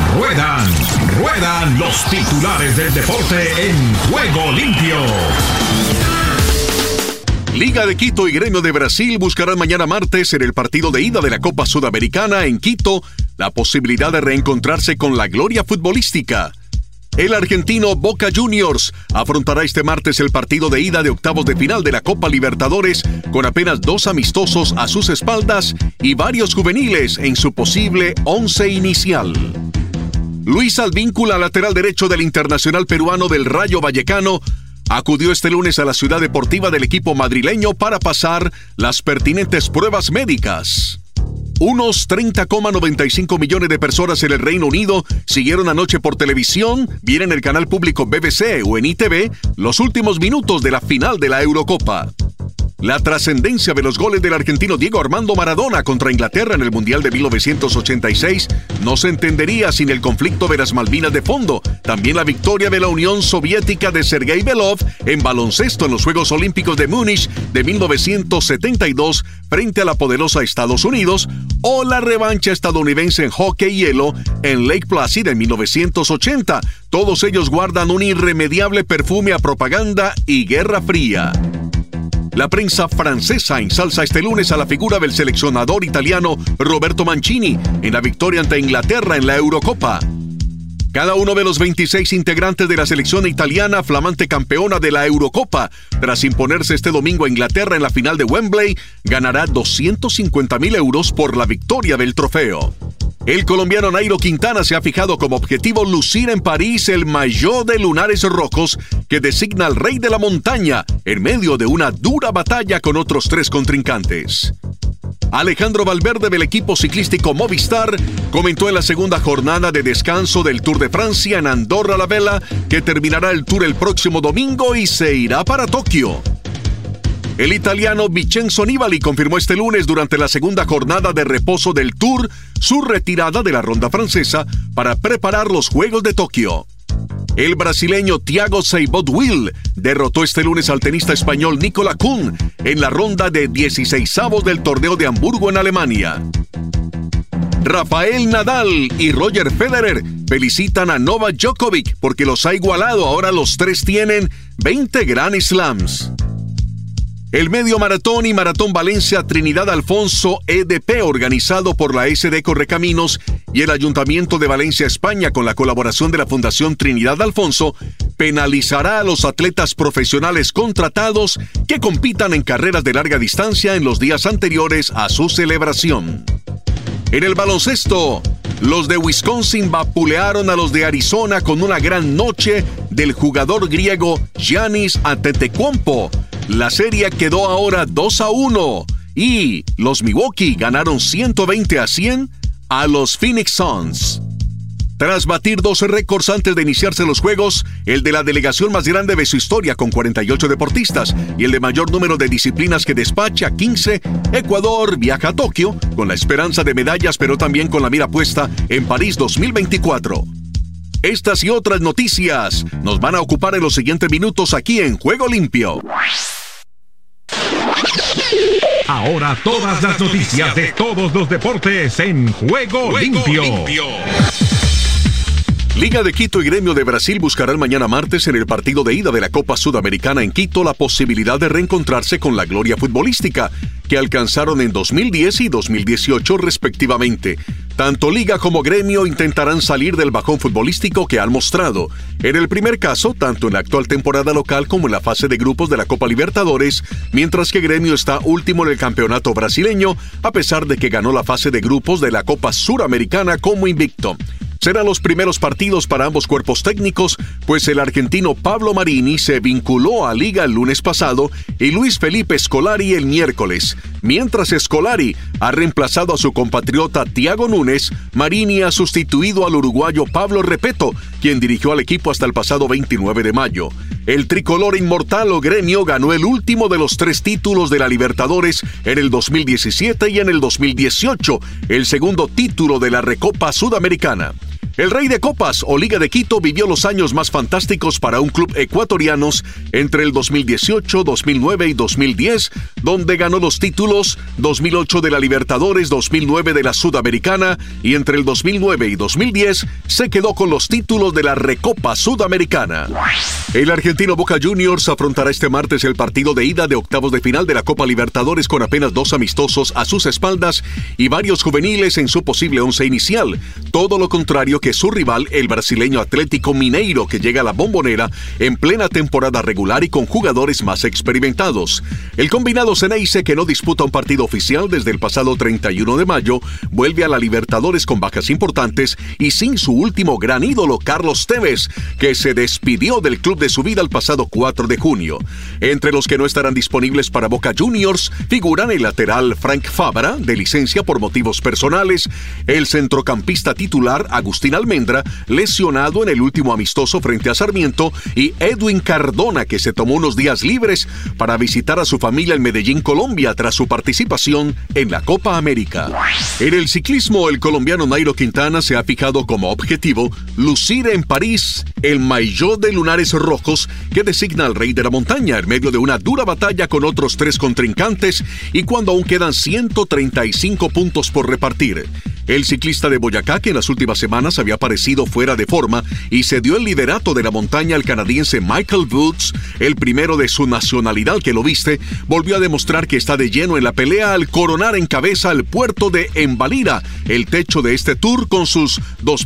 Ruedan los titulares del deporte en Juego Limpio. Liga de Quito y Gremio de Brasil buscarán mañana martes en el partido de ida de la Copa Sudamericana en Quito la posibilidad de reencontrarse con la gloria futbolística. El argentino Boca Juniors afrontará este martes el partido de ida de octavos de final de la Copa Libertadores con apenas 2 amistosos a sus espaldas y varios juveniles en su posible 11 inicial. Luis Advíncula, lateral derecho del internacional peruano del Rayo Vallecano, acudió este lunes a la ciudad deportiva del equipo madrileño para pasar las pertinentes pruebas médicas. Unos 30,95 millones de personas en el Reino Unido siguieron anoche por televisión, bien en el canal público BBC o en ITV, los últimos minutos de la final de la Eurocopa. La trascendencia de los goles del argentino Diego Armando Maradona contra Inglaterra en el Mundial de 1986 no se entendería sin el conflicto de las Malvinas de fondo. También la victoria de la Unión Soviética de Sergei Belov en baloncesto en los Juegos Olímpicos de Múnich de 1972 frente a la poderosa Estados Unidos, o la revancha estadounidense en hockey y hielo en Lake Placid en 1980. Todos ellos guardan un irremediable perfume a propaganda y Guerra Fría. La prensa francesa ensalza este lunes a la figura del seleccionador italiano Roberto Mancini en la victoria ante Inglaterra en la Eurocopa. Cada uno de los 26 integrantes de la selección italiana, flamante campeona de la Eurocopa, tras imponerse este domingo a Inglaterra en la final de Wembley, ganará 250.000 euros por la victoria del trofeo. El colombiano Nairo Quintana se ha fijado como objetivo lucir en París el maillot de lunares rojos que designa al rey de la montaña en medio de una dura batalla con otros 3 contrincantes. Alejandro Valverde del equipo ciclístico Movistar comentó en la segunda jornada de descanso del Tour de Francia en Andorra la Vela que terminará el Tour el próximo domingo y se irá para Tokio. El italiano Vincenzo Nibali confirmó este lunes durante la segunda jornada de reposo del Tour su retirada de la ronda francesa para preparar los Juegos de Tokio. El brasileño Thiago Seybold derrotó este lunes al tenista español Nicolas Kuhn en la ronda de 16avos del torneo de Hamburgo en Alemania. Rafael Nadal y Roger Federer felicitan a Novak Djokovic porque los ha igualado. Ahora los 3 tienen 20 Grand Slams. El medio maratón y maratón Valencia Trinidad Alfonso EDP, organizado por la SD Correcaminos y el Ayuntamiento de Valencia, España, con la colaboración de la Fundación Trinidad Alfonso, penalizará a los atletas profesionales contratados que compitan en carreras de larga distancia en los días anteriores a su celebración. En el baloncesto, los de Wisconsin vapulearon a los de Arizona con una gran noche del jugador griego Giannis Antetokounmpo. La serie quedó ahora 2-1 y los Milwaukee ganaron 120-100 a los Phoenix Suns. Tras batir 12 récords antes de iniciarse los juegos, el de la delegación más grande de su historia con 48 deportistas y el de mayor número de disciplinas que despacha, 15, Ecuador viaja a Tokio con la esperanza de medallas, pero también con la mira puesta en París 2024. Estas y otras noticias nos van a ocupar en los siguientes minutos aquí en Juego Limpio. Ahora todas las noticias de todos los deportes en Juego Limpio. Liga de Quito y Gremio de Brasil buscarán mañana martes en el partido de ida de la Copa Sudamericana en Quito la posibilidad de reencontrarse con la gloria futbolística que alcanzaron en 2010 y 2018 respectivamente. Tanto Liga como Gremio intentarán salir del bajón futbolístico que han mostrado. En el primer caso, tanto en la actual temporada local como en la fase de grupos de la Copa Libertadores, mientras que Gremio está último en el campeonato brasileño, a pesar de que ganó la fase de grupos de la Copa Suramericana como invicto. Serán los primeros partidos para ambos cuerpos técnicos, pues el argentino Pablo Marini se vinculó a Liga el lunes pasado y Luis Felipe Scolari el miércoles. Mientras Scolari ha reemplazado a su compatriota Thiago Núñez, Marini ha sustituido al uruguayo Pablo Repeto, quien dirigió al equipo hasta el pasado 29 de mayo. El tricolor inmortal o Gremio ganó el último de los 3 títulos de la Libertadores en el 2017 y en el 2018, el segundo título de la Recopa Sudamericana. El Rey de Copas o Liga de Quito vivió los años más fantásticos para un club ecuatorianos entre el 2018, 2009 y 2010, donde ganó los títulos 2008 de la Libertadores, 2009 de la Sudamericana y entre el 2009 y 2010 se quedó con los títulos de la Recopa Sudamericana. El argentino Boca Juniors afrontará este martes el partido de ida de octavos de final de la Copa Libertadores con apenas 2 amistosos a sus espaldas y varios juveniles en su posible once inicial. Todo lo contrario que su rival, el brasileño Atlético Mineiro, que llega a la Bombonera en plena temporada regular y con jugadores más experimentados. El combinado Ceneice, que no disputa un partido oficial desde el pasado 31 de mayo, vuelve a la Libertadores con bajas importantes y sin su último gran ídolo, Carlos Tevez, que se despidió del club de su vida el pasado 4 de junio. Entre los que no estarán disponibles para Boca Juniors figuran el lateral Frank Fabra, de licencia por motivos personales, el centrocampista titular Agustín Almendra, lesionado en el último amistoso frente a Sarmiento, y Edwin Cardona, que se tomó unos días libres para visitar a su familia en Medellín, Colombia, tras su participación en la Copa América. En el ciclismo, el colombiano Nairo Quintana se ha fijado como objetivo lucir en París el maillot de lunares rojos que designa al rey de la montaña en medio de una dura batalla con otros 3 contrincantes y cuando aún quedan 135 puntos por repartir. El ciclista de Boyacá, que en las últimas semanas había parecido fuera de forma y se dio el liderato de la montaña al canadiense Michael Woods, el primero de su nacionalidad que lo viste, volvió a demostrar que está de lleno en la pelea al coronar en cabeza al puerto de Embalira, el techo de este tour con sus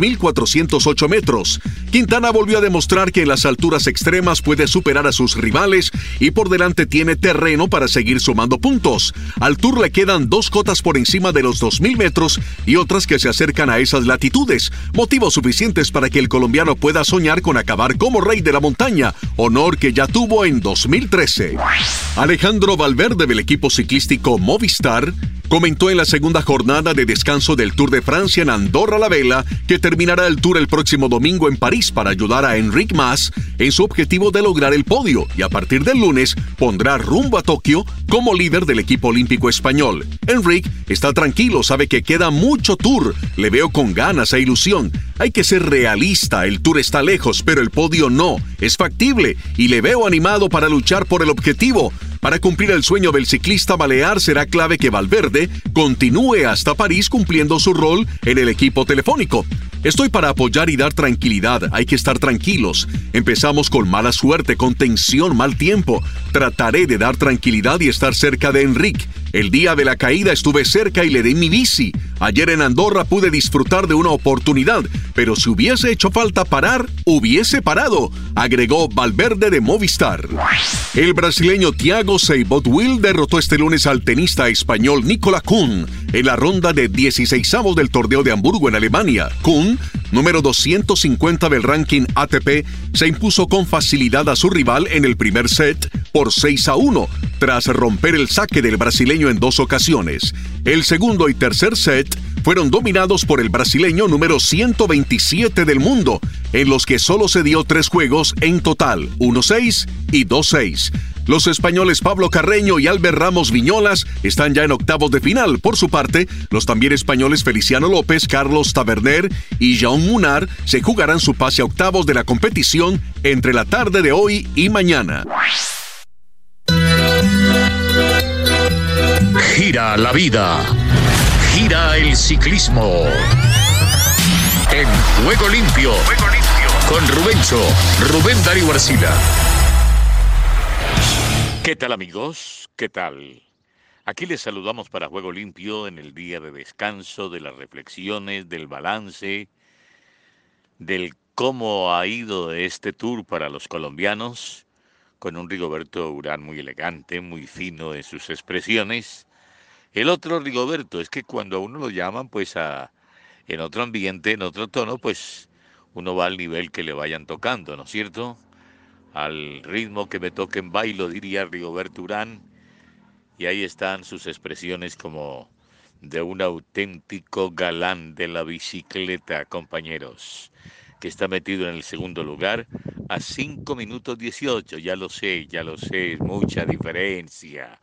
2.408 metros. Quintana volvió a demostrar que en las alturas extremas puede superar a sus rivales y por delante tiene terreno para seguir sumando puntos. Al tour le quedan 2 cotas por encima de los 2.000 metros y otras que se acercan a esas latitudes, motivos suficientes para que el colombiano pueda soñar con acabar como rey de la montaña, honor que ya tuvo en 2013. Alejandro Valverde, del equipo ciclístico Movistar, comentó en la segunda jornada de descanso del Tour de Francia en Andorra la Vela que terminará el Tour el próximo domingo en París para ayudar a Enric Mas en su objetivo de lograr el podio y a partir del lunes pondrá rumbo a Tokio como líder del equipo olímpico español. Enric está tranquilo, sabe que queda mucho Tour, le veo con ganas e ilusión. Hay que ser realista, el Tour está lejos, pero el podio no, es factible y le veo animado para luchar por el objetivo. Para cumplir el sueño del ciclista balear será clave que Valverde continúe hasta París cumpliendo su rol en el equipo telefónico. Estoy para apoyar y dar tranquilidad, hay que estar tranquilos. Empezamos con mala suerte, con tensión, mal tiempo. Trataré de dar tranquilidad y estar cerca de Enric. El día de la caída estuve cerca y le di mi bici. Ayer en Andorra pude disfrutar de una oportunidad, pero si hubiese hecho falta parar, hubiese parado, agregó Valverde de Movistar. El brasileño Thiago Seybold derrotó este lunes al tenista español Nicolas Kuhn en la ronda de 16avos del torneo de Hamburgo en Alemania. Kuhn, número 250 del ranking ATP, se impuso con facilidad a su rival en el primer set por 6-1, tras romper el saque del brasileño en 2 ocasiones. El segundo y tercer set fueron dominados por el brasileño número 127 del mundo, en los que solo se dio 3 juegos en total, 1-6 y 2-6. Los españoles Pablo Carreño y Albert Ramos Viñolas están ya en octavos de final. Por su parte, los también españoles Feliciano López, Carlos Taverner y Jaume Munar se jugarán su pase a octavos de la competición entre la tarde de hoy y mañana. Gira la vida, gira el ciclismo. En Juego Limpio, con Rubén Darío Arcila. ¿Qué tal, amigos? ¿Qué tal? Aquí les saludamos para Juego Limpio en el día de descanso, de las reflexiones, del balance, del cómo ha ido este tour para los colombianos, con un Rigoberto Urán muy elegante, muy fino en sus expresiones. El otro Rigoberto es que cuando a uno lo llaman pues en otro ambiente, en otro tono, pues uno va al nivel que le vayan tocando, ¿no es cierto? Al ritmo que me toquen bailo, diría Rigoberto Urán. Y ahí están sus expresiones como de un auténtico galán de la bicicleta, compañeros, que está metido en el segundo lugar a 5 minutos 18. Ya lo sé, es mucha diferencia.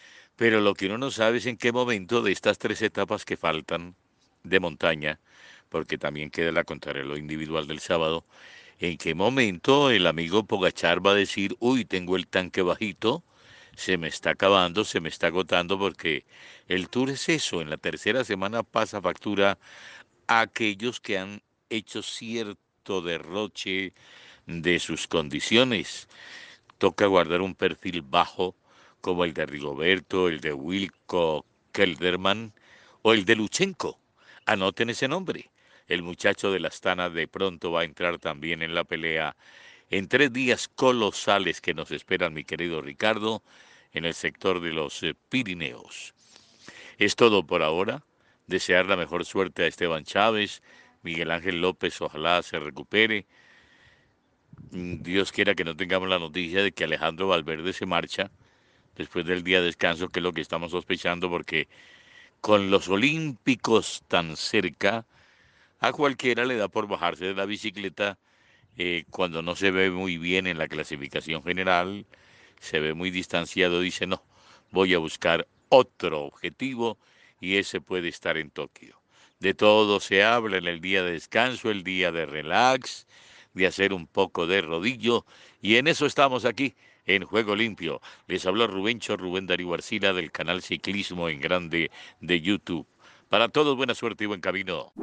Pero lo que uno no sabe es en qué momento de estas 3 etapas que faltan de montaña porque también queda la contrarreloj individual del sábado, en qué momento el amigo Pogačar va a decir, uy, tengo el tanque bajito, se me está acabando, se me está agotando, porque el Tour es eso, en la tercera semana pasa factura a aquellos que han hecho cierto derroche de sus condiciones. Toca guardar un perfil bajo como el de Rigoberto, el de Wilco Kelderman o el de Luchenko. Anoten ese nombre. El muchacho de la Astana de pronto va a entrar también en la pelea en 3 días colosales que nos esperan, mi querido Ricardo, en el sector de los Pirineos. Es todo por ahora. Desear la mejor suerte a Esteban Chávez, Miguel Ángel López, ojalá se recupere. Dios quiera que no tengamos la noticia de que Alejandro Valverde se marcha después del día de descanso, que es lo que estamos sospechando, porque con los olímpicos tan cerca, a cualquiera le da por bajarse de la bicicleta cuando no se ve muy bien en la clasificación general, se ve muy distanciado, dice no, voy a buscar otro objetivo y ese puede estar en Tokio. De todo se habla en el día de descanso, el día de relax, de hacer un poco de rodillo, y en eso estamos aquí en Juego Limpio. Les habló Rubén Darío Arcila del canal Ciclismo en Grande de YouTube. Para todos, buena suerte y buen camino.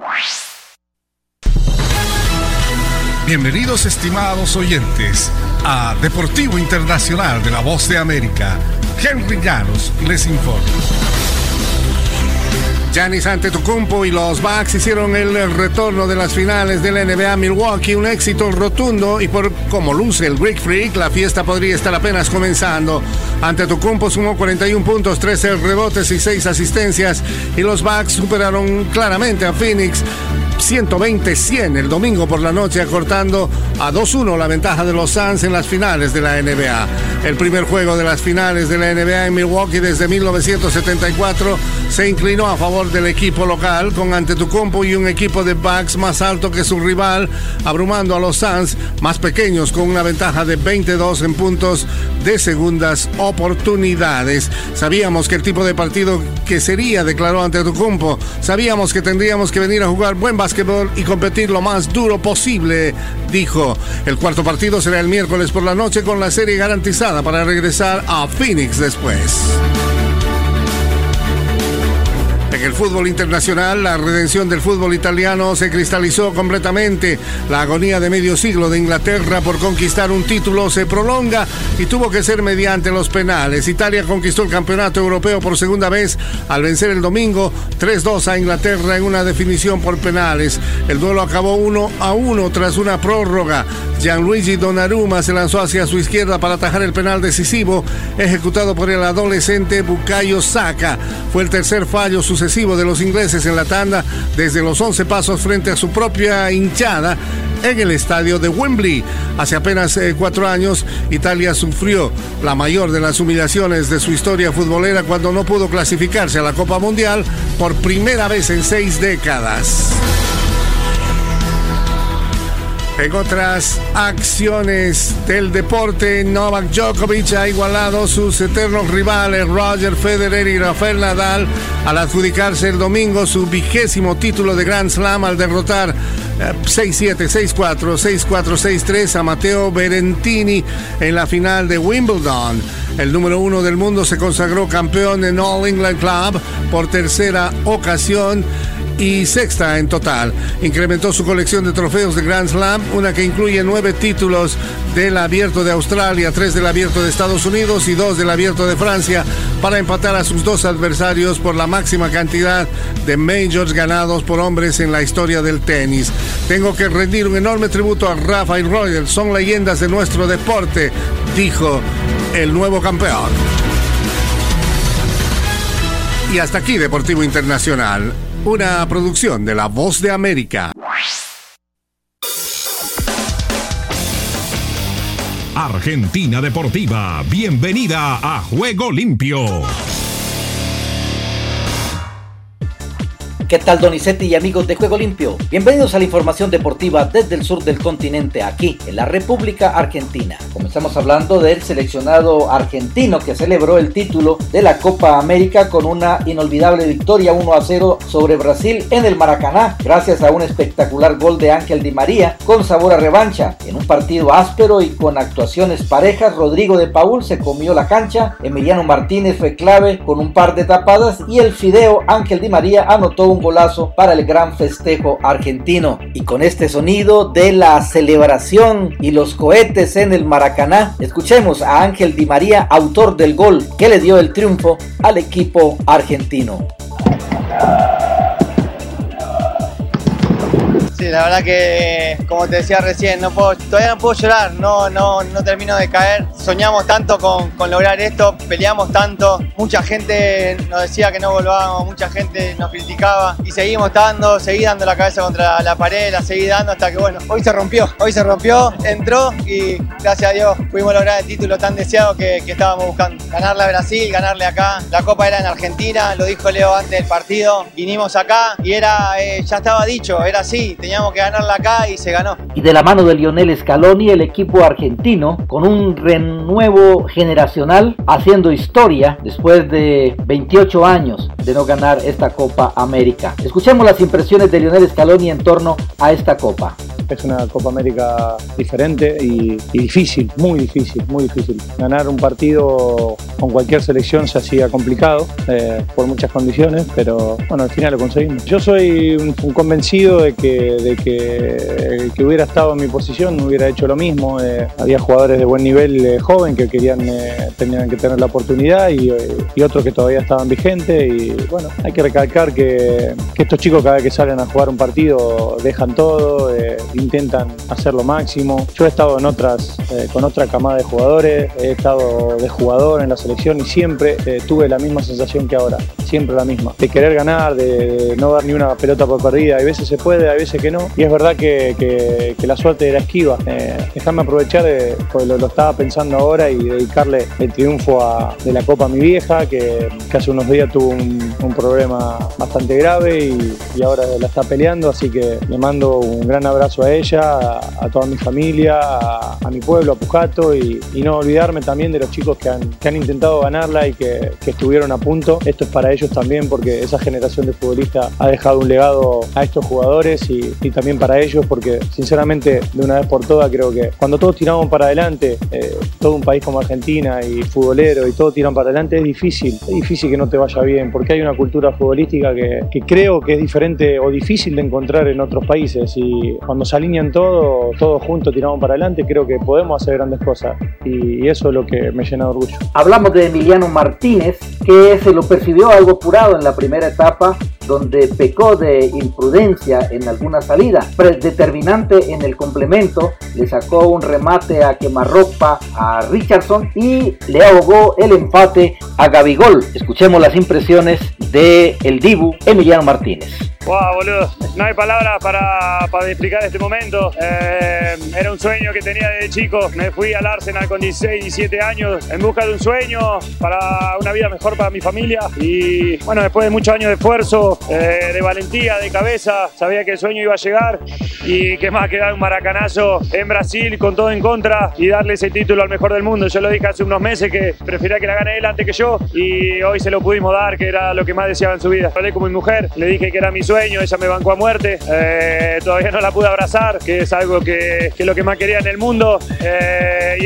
Bienvenidos, estimados oyentes, a Deportivo Internacional de la Voz de América. Henry Llanos les informa. Giannis Antetokounmpo y los Bucks hicieron el retorno de las finales de la NBA Milwaukee un éxito rotundo, y por cómo luce el Greek Freak, la fiesta podría estar apenas comenzando. Antetokounmpo sumó 41 puntos, 13 rebotes y 6 asistencias, y los Bucks superaron claramente a Phoenix 120-100 el domingo por la noche, acortando a 2-1 la ventaja de los Suns en las finales de la NBA. El primer juego de las finales de la NBA en Milwaukee desde 1974 se inclinó a favor del equipo local, con Antetokounmpo y un equipo de Bucks más alto que su rival, abrumando a los Suns más pequeños con una ventaja de 22 en puntos de segundas oportunidades. Sabíamos que el tipo de partido que sería, declaró Antetokounmpo. Sabíamos que tendríamos que venir a jugar buen básquetbol y competir lo más duro posible, dijo. El cuarto partido será el miércoles por la noche, con la serie garantizada para regresar a Phoenix después. En el fútbol internacional, la redención del fútbol italiano se cristalizó completamente. La agonía de medio siglo de Inglaterra por conquistar un título se prolonga y tuvo que ser mediante los penales. Italia conquistó el campeonato europeo por segunda vez al vencer el domingo 3-2 a Inglaterra en una definición por penales. El duelo acabó 1-1 tras una prórroga. Gianluigi Donnarumma se lanzó hacia su izquierda para atajar el penal decisivo, ejecutado por el adolescente Bukayo Saka. Fue el tercer fallo sucesivo de los ingleses en la tanda desde los 11 pasos frente a su propia hinchada en el estadio de Wembley. Hace apenas 4 años, Italia sufrió la mayor de las humillaciones de su historia futbolera cuando no pudo clasificarse a la Copa Mundial por primera vez en 6 décadas. En otras acciones del deporte, Novak Djokovic ha igualado sus eternos rivales Roger Federer y Rafael Nadal al adjudicarse el domingo su 20º título de Grand Slam al derrotar 6-7, 6-4, 6-4, 6-3 a Matteo Berrettini en la final de Wimbledon. El número 1 del mundo se consagró campeón en All England Club por tercera ocasión y sexta en total. Incrementó su colección de trofeos de Grand Slam, una que incluye 9 títulos del Abierto de Australia, 3 del Abierto de Estados Unidos y 2 del Abierto de Francia, para empatar a sus 2 adversarios por la máxima cantidad de majors ganados por hombres en la historia del tenis. Tengo que rendir un enorme tributo a Rafa y Roger, son leyendas de nuestro deporte, dijo el nuevo campeón. Y hasta aquí Deportivo Internacional, una producción de La Voz de América. Argentina Deportiva, bienvenida a Juego Limpio. ¿Qué tal, Donizetti y amigos de Juego Limpio? Bienvenidos a la información deportiva desde el sur del continente, aquí en la República Argentina. Comenzamos hablando del seleccionado argentino que celebró el título de la Copa América con una inolvidable victoria 1-0 sobre Brasil en el Maracaná, gracias a un espectacular gol de Ángel Di María con sabor a revancha. En un partido áspero y con actuaciones parejas, Rodrigo de Paul se comió la cancha, Emiliano Martínez fue clave con un par de tapadas y el Fideo Ángel Di María anotó un golazo para el gran festejo argentino. Y con este sonido de la celebración y los cohetes en el Maracaná, escuchemos a Ángel Di María, autor del gol que le dio el triunfo al equipo argentino. Sí, la verdad que, como te decía recién, todavía no puedo llorar, no termino de caer. Soñamos tanto con lograr esto, peleamos tanto, mucha gente nos decía que no volvábamos, mucha gente nos criticaba y seguí dando la cabeza contra la pared, la seguí dando hasta que bueno, hoy se rompió, entró y gracias a Dios pudimos lograr el título tan deseado que estábamos buscando. Ganarle a Brasil, ganarle acá, la Copa era en Argentina, lo dijo Leo antes del partido, vinimos acá y ya estaba dicho, era así. Teníamos que ganarla acá y se ganó. Y de la mano de Lionel Scaloni, el equipo argentino, con un renuevo generacional, haciendo historia después de 28 años de no ganar esta Copa América. Escuchemos las impresiones de Lionel Scaloni en torno a esta Copa. Es una Copa América diferente y difícil, muy difícil. Ganar un partido con cualquier selección se hacía complicado por muchas condiciones, pero bueno, al final lo conseguimos. Yo soy un convencido de que el que hubiera estado en mi posición hubiera hecho lo mismo. Había jugadores de buen nivel joven que tenían que tener la oportunidad y otros que todavía estaban vigentes. Y bueno, hay que recalcar que estos chicos cada vez que salen a jugar un partido dejan todo, intentan hacer lo máximo. Yo he estado con otra camada de jugadores, he estado de jugador en la selección y siempre tuve la misma sensación que ahora, siempre la misma, de querer ganar, de no dar ni una pelota por perdida. Hay veces se puede, hay veces que no, y es verdad que la suerte era esquiva. Déjame aprovechar, porque lo estaba pensando ahora, y dedicarle el triunfo de la Copa a mi vieja, que hace unos días tuvo un problema bastante grave y ahora la está peleando, así que le mando un gran abrazo a ella, a toda mi familia, a mi pueblo, a Pujato, y no olvidarme también de los chicos que han intentado ganarla y que estuvieron a punto. Esto es para ellos también, porque esa generación de futbolistas ha dejado un legado a estos jugadores y también para ellos, porque sinceramente de una vez por todas creo que cuando todos tiramos para adelante, todo un país como Argentina y futbolero y todos tiran para adelante, es difícil que no te vaya bien, porque hay una cultura futbolística que creo que es diferente o difícil de encontrar en otros países, y cuando se alinean todos juntos, tiramos para adelante, creo que podemos hacer grandes cosas, y eso es lo que me llena de orgullo. Hablamos de Emiliano Martínez, que se lo percibió algo apurado en la primera etapa, donde pecó de imprudencia en alguna salida. Determinante en el complemento, le sacó un remate a quemarropa a Richardson y le ahogó el empate a Gabigol. Escuchemos las impresiones de el Dibu Emiliano Martínez. Wow, boludo, no hay palabras para explicar este momento. Era un sueño que tenía desde chico. Me fui al Arsenal con 16, 17 años en busca de un sueño para una vida mejor para mi familia. Y bueno, después de muchos años de esfuerzo, de valentía, de cabeza, sabía que el sueño iba a llegar. Y qué más que dar un maracanazo en Brasil con todo en contra y darle ese título al mejor del mundo. Yo lo dije hace unos meses que prefería que la gane él antes que yo, y hoy se lo pudimos dar, que era lo que más deseaba en su vida. Hablé con mi mujer, le dije que era mi sueño, ella me bancó a muerte. Todavía no la pude abrazar, que es algo que es lo que más quería en el mundo. Y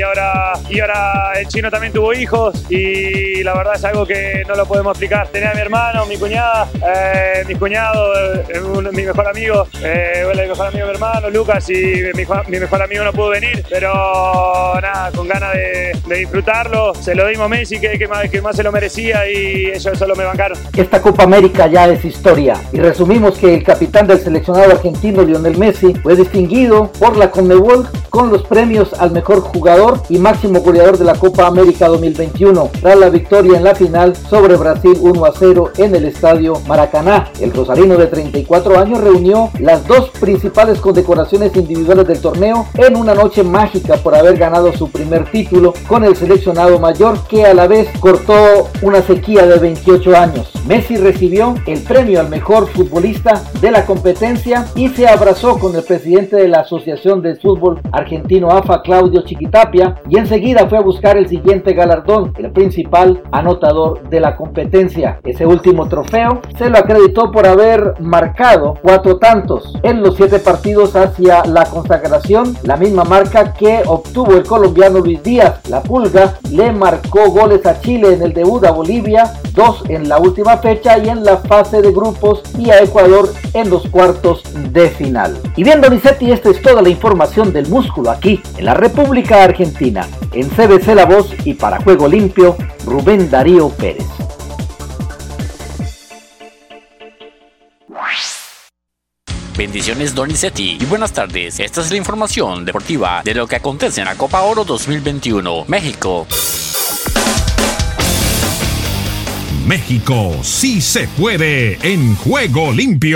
ahora el chino también tuvo hijos, y la verdad es algo que no lo podemos explicar. Tenía a mi hermano, mi cuñada, mis cuñados, mi mejor amigo, el mejor amigo de mi hermano, Lucas, y mi mejor amigo no pudo venir, pero nada, con ganas de disfrutarlo. Se lo dimos a Messi, que más se lo merecía, y ellos solo me bancaron. Esta Copa América ya es historia, y resumimos que el capitán del seleccionado argentino, Lionel Messi, fue distinguido por la Conmebol con los premios al mejor jugador y máximo goleador de la Copa América 2021, tras la victoria en la final sobre Brasil 1-0 en el estadio Maracaná. El rosarino de 34 años reunió las dos principales condecoraciones individuales del torneo en una noche mágica por haber ganado su primer título con el seleccionado mayor, que a la vez cortó una sequía de 28 años. Messi recibió el premio al mejor futbolista de la competencia y se abrazó con el presidente de la Asociación de Fútbol Argentino AFA, Claudio Chiquitapia, y enseguida fue a buscar el siguiente galardón, el principal anotador de la competencia. Ese último trofeo se lo acreditó por haber marcado 4 tantos en los 7 partidos hacia la consagración, la misma marca que obtuvo el colombiano Luis Díaz. La Pulga le marcó goles a Chile en el debut, a Bolivia 2 en la última fecha y en la fase de grupos, y a Ecuador en los cuartos de final. Y bien, Donizetti, esta es toda la información del músculo aquí en la República Argentina. En CBC La Voz y para Juego Limpio, Rubén Darío Pérez. Bendiciones, Donizetti, y buenas tardes. Esta es la información deportiva de lo que acontece en la Copa Oro 2021, México. México sí se puede en Juego Limpio.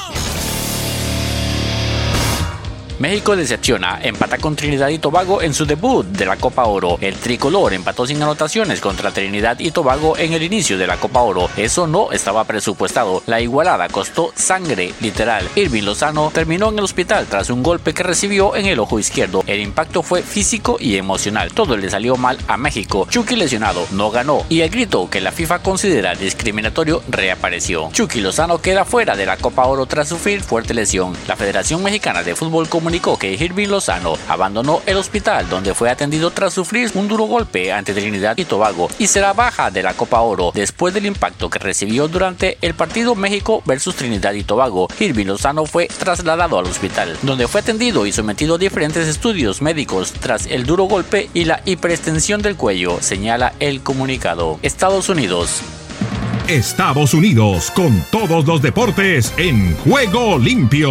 México decepciona, empata con Trinidad y Tobago en su debut de la Copa Oro. El tricolor empató sin anotaciones contra Trinidad y Tobago en el inicio de la Copa Oro. Eso no estaba presupuestado. La igualada costó sangre, literal. Irving Lozano terminó en el hospital tras un golpe que recibió en el ojo izquierdo. El impacto fue físico y emocional. Todo le salió mal a México. Chucky lesionado, no ganó, y el grito que la FIFA considera discriminatorio reapareció. Chucky Lozano queda fuera de la Copa Oro tras sufrir fuerte lesión. La Federación Mexicana de Fútbol comunicó que Irving Lozano abandonó el hospital donde fue atendido tras sufrir un duro golpe ante Trinidad y Tobago y será baja de la Copa Oro después del impacto que recibió durante el partido México versus Trinidad y Tobago. Irving Lozano fue trasladado al hospital donde fue atendido y sometido a diferentes estudios médicos tras el duro golpe y la hiperextensión del cuello, señala el comunicado. Estados Unidos con todos los deportes en Juego Limpio.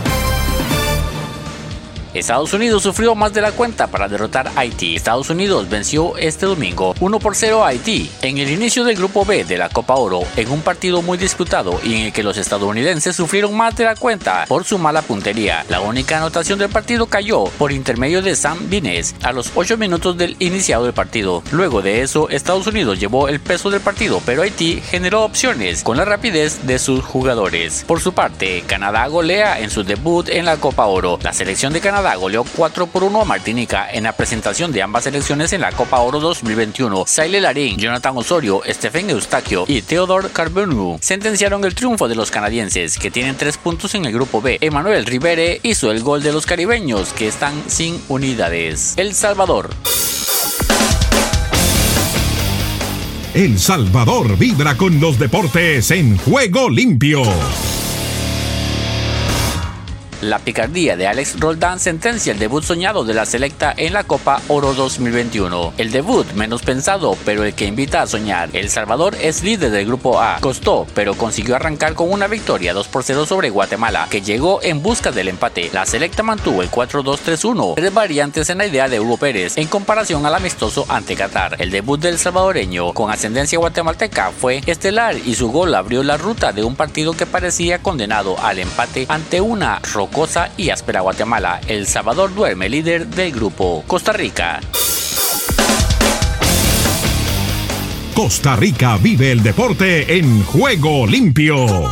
Estados Unidos sufrió más de la cuenta para derrotar a Haití. Estados Unidos venció este domingo 1-0 a Haití en el inicio del grupo B de la Copa Oro, en un partido muy disputado y en el que los estadounidenses sufrieron más de la cuenta por su mala puntería. La única anotación del partido cayó por intermedio de Sam Vines a los 8 minutos del iniciado del partido. Luego de eso, Estados Unidos llevó el peso del partido, pero Haití generó opciones con la rapidez de sus jugadores. Por su parte, Canadá golea en su debut en la Copa Oro. La selección de Canadá goleó 4-1 a Martinica en la presentación de ambas selecciones en la Copa Oro 2021. Saile Larín, Jonathan Osorio, Stephen Eustaquio y Theodore Carbonu sentenciaron el triunfo de los canadienses, que tienen 3 puntos en el grupo B. Emmanuel Rivere hizo el gol de los caribeños, que están sin unidades. El Salvador vibra con los deportes en Juego Limpio. La picardía de Alex Roldán sentencia el debut soñado de la selecta en la Copa Oro 2021. El debut menos pensado, pero el que invita a soñar. El Salvador es líder del grupo A. Costó, pero consiguió arrancar con una victoria 2-0 sobre Guatemala, que llegó en busca del empate. La selecta mantuvo el 4-2-3-1, 3 variantes en la idea de Hugo Pérez, en comparación al amistoso ante Qatar. El debut del salvadoreño, con ascendencia guatemalteca, fue estelar y su gol abrió la ruta de un partido que parecía condenado al empate ante una rocosa y áspera Guatemala. El Salvador duerme líder del grupo. Costa Rica vive el deporte en Juego Limpio.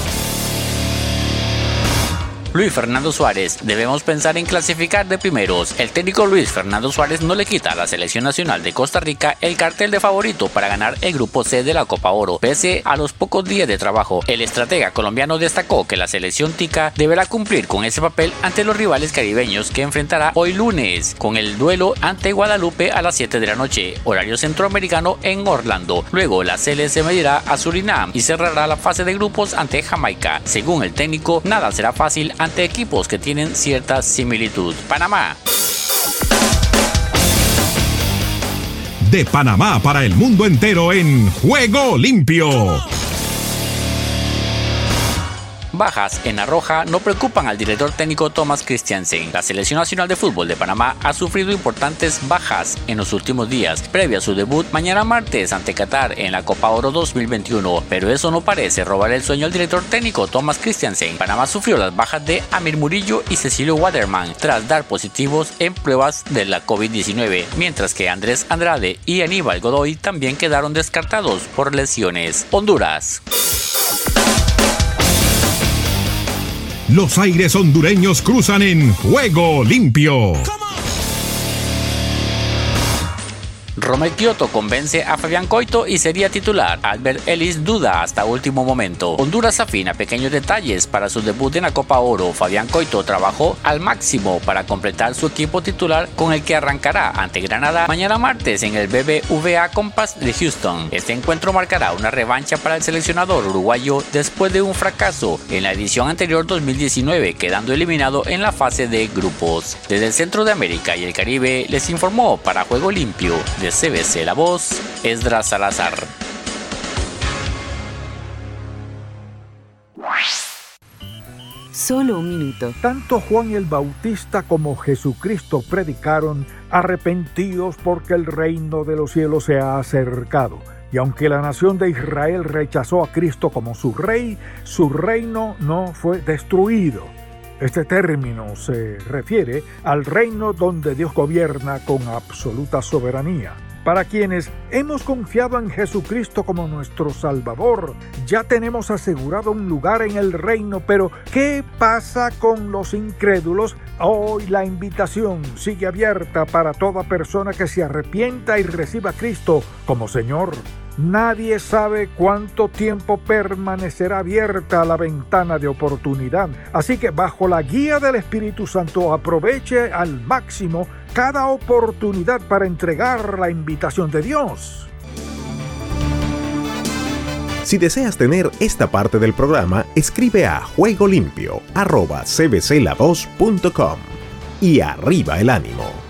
Luis Fernando Suárez, debemos pensar en clasificar de primeros. El técnico Luis Fernando Suárez no le quita a la selección nacional de Costa Rica el cartel de favorito para ganar el grupo C de la Copa Oro. Pese a los pocos días de trabajo, el estratega colombiano destacó que la selección tica deberá cumplir con ese papel ante los rivales caribeños que enfrentará hoy lunes, con el duelo ante Guadalupe a las 7 de la noche, horario centroamericano en Orlando. Luego la CL se medirá a Surinam y cerrará la fase de grupos ante Jamaica. Según el técnico, nada será fácil ante equipos que tienen cierta similitud. Panamá. De Panamá para el mundo entero en Juego Limpio. bajas en la roja no preocupan al director técnico Thomas Christiansen. La Selección Nacional de Fútbol de Panamá ha sufrido importantes bajas en los últimos días, previo a su debut mañana martes ante Qatar en la Copa Oro 2021, pero eso no parece robar el sueño al director técnico Thomas Christiansen. Panamá sufrió las bajas de Amir Murillo y Cecilio Waterman tras dar positivos en pruebas de la COVID-19, mientras que Andrés Andrade y Aníbal Godoy también quedaron descartados por lesiones. Honduras. Los aires hondureños cruzan en Juego Limpio. Romel Kioto convence a Fabián Coito y sería titular. Albert Ellis duda hasta último momento. Honduras afina pequeños detalles para su debut en la Copa Oro. Fabián Coito trabajó al máximo para completar su equipo titular, con el que arrancará ante Granada mañana martes en el BBVA Compass de Houston. Este encuentro marcará una revancha para el seleccionador uruguayo después de un fracaso en la edición anterior 2019, quedando eliminado en la fase de grupos. Desde el centro de América y el Caribe les informó para Juego Limpio de CBC La Voz, Esdras Salazar. Solo un minuto. Tanto Juan el Bautista como Jesucristo predicaron: arrepentíos porque el reino de los cielos se ha acercado. Y aunque la nación de Israel rechazó a Cristo como su rey, su reino no fue destruido. Este término se refiere al reino donde Dios gobierna con absoluta soberanía. Para quienes hemos confiado en Jesucristo como nuestro Salvador, ya tenemos asegurado un lugar en el reino, pero ¿qué pasa con los incrédulos? Hoy la invitación sigue abierta para toda persona que se arrepienta y reciba a Cristo como Señor. Nadie sabe cuánto tiempo permanecerá abierta la ventana de oportunidad. Así que bajo la guía del Espíritu Santo aproveche al máximo cada oportunidad para entregar la invitación de Dios. Si deseas tener esta parte del programa, escribe a juegolimpio@cbcla2.com. Y arriba el ánimo.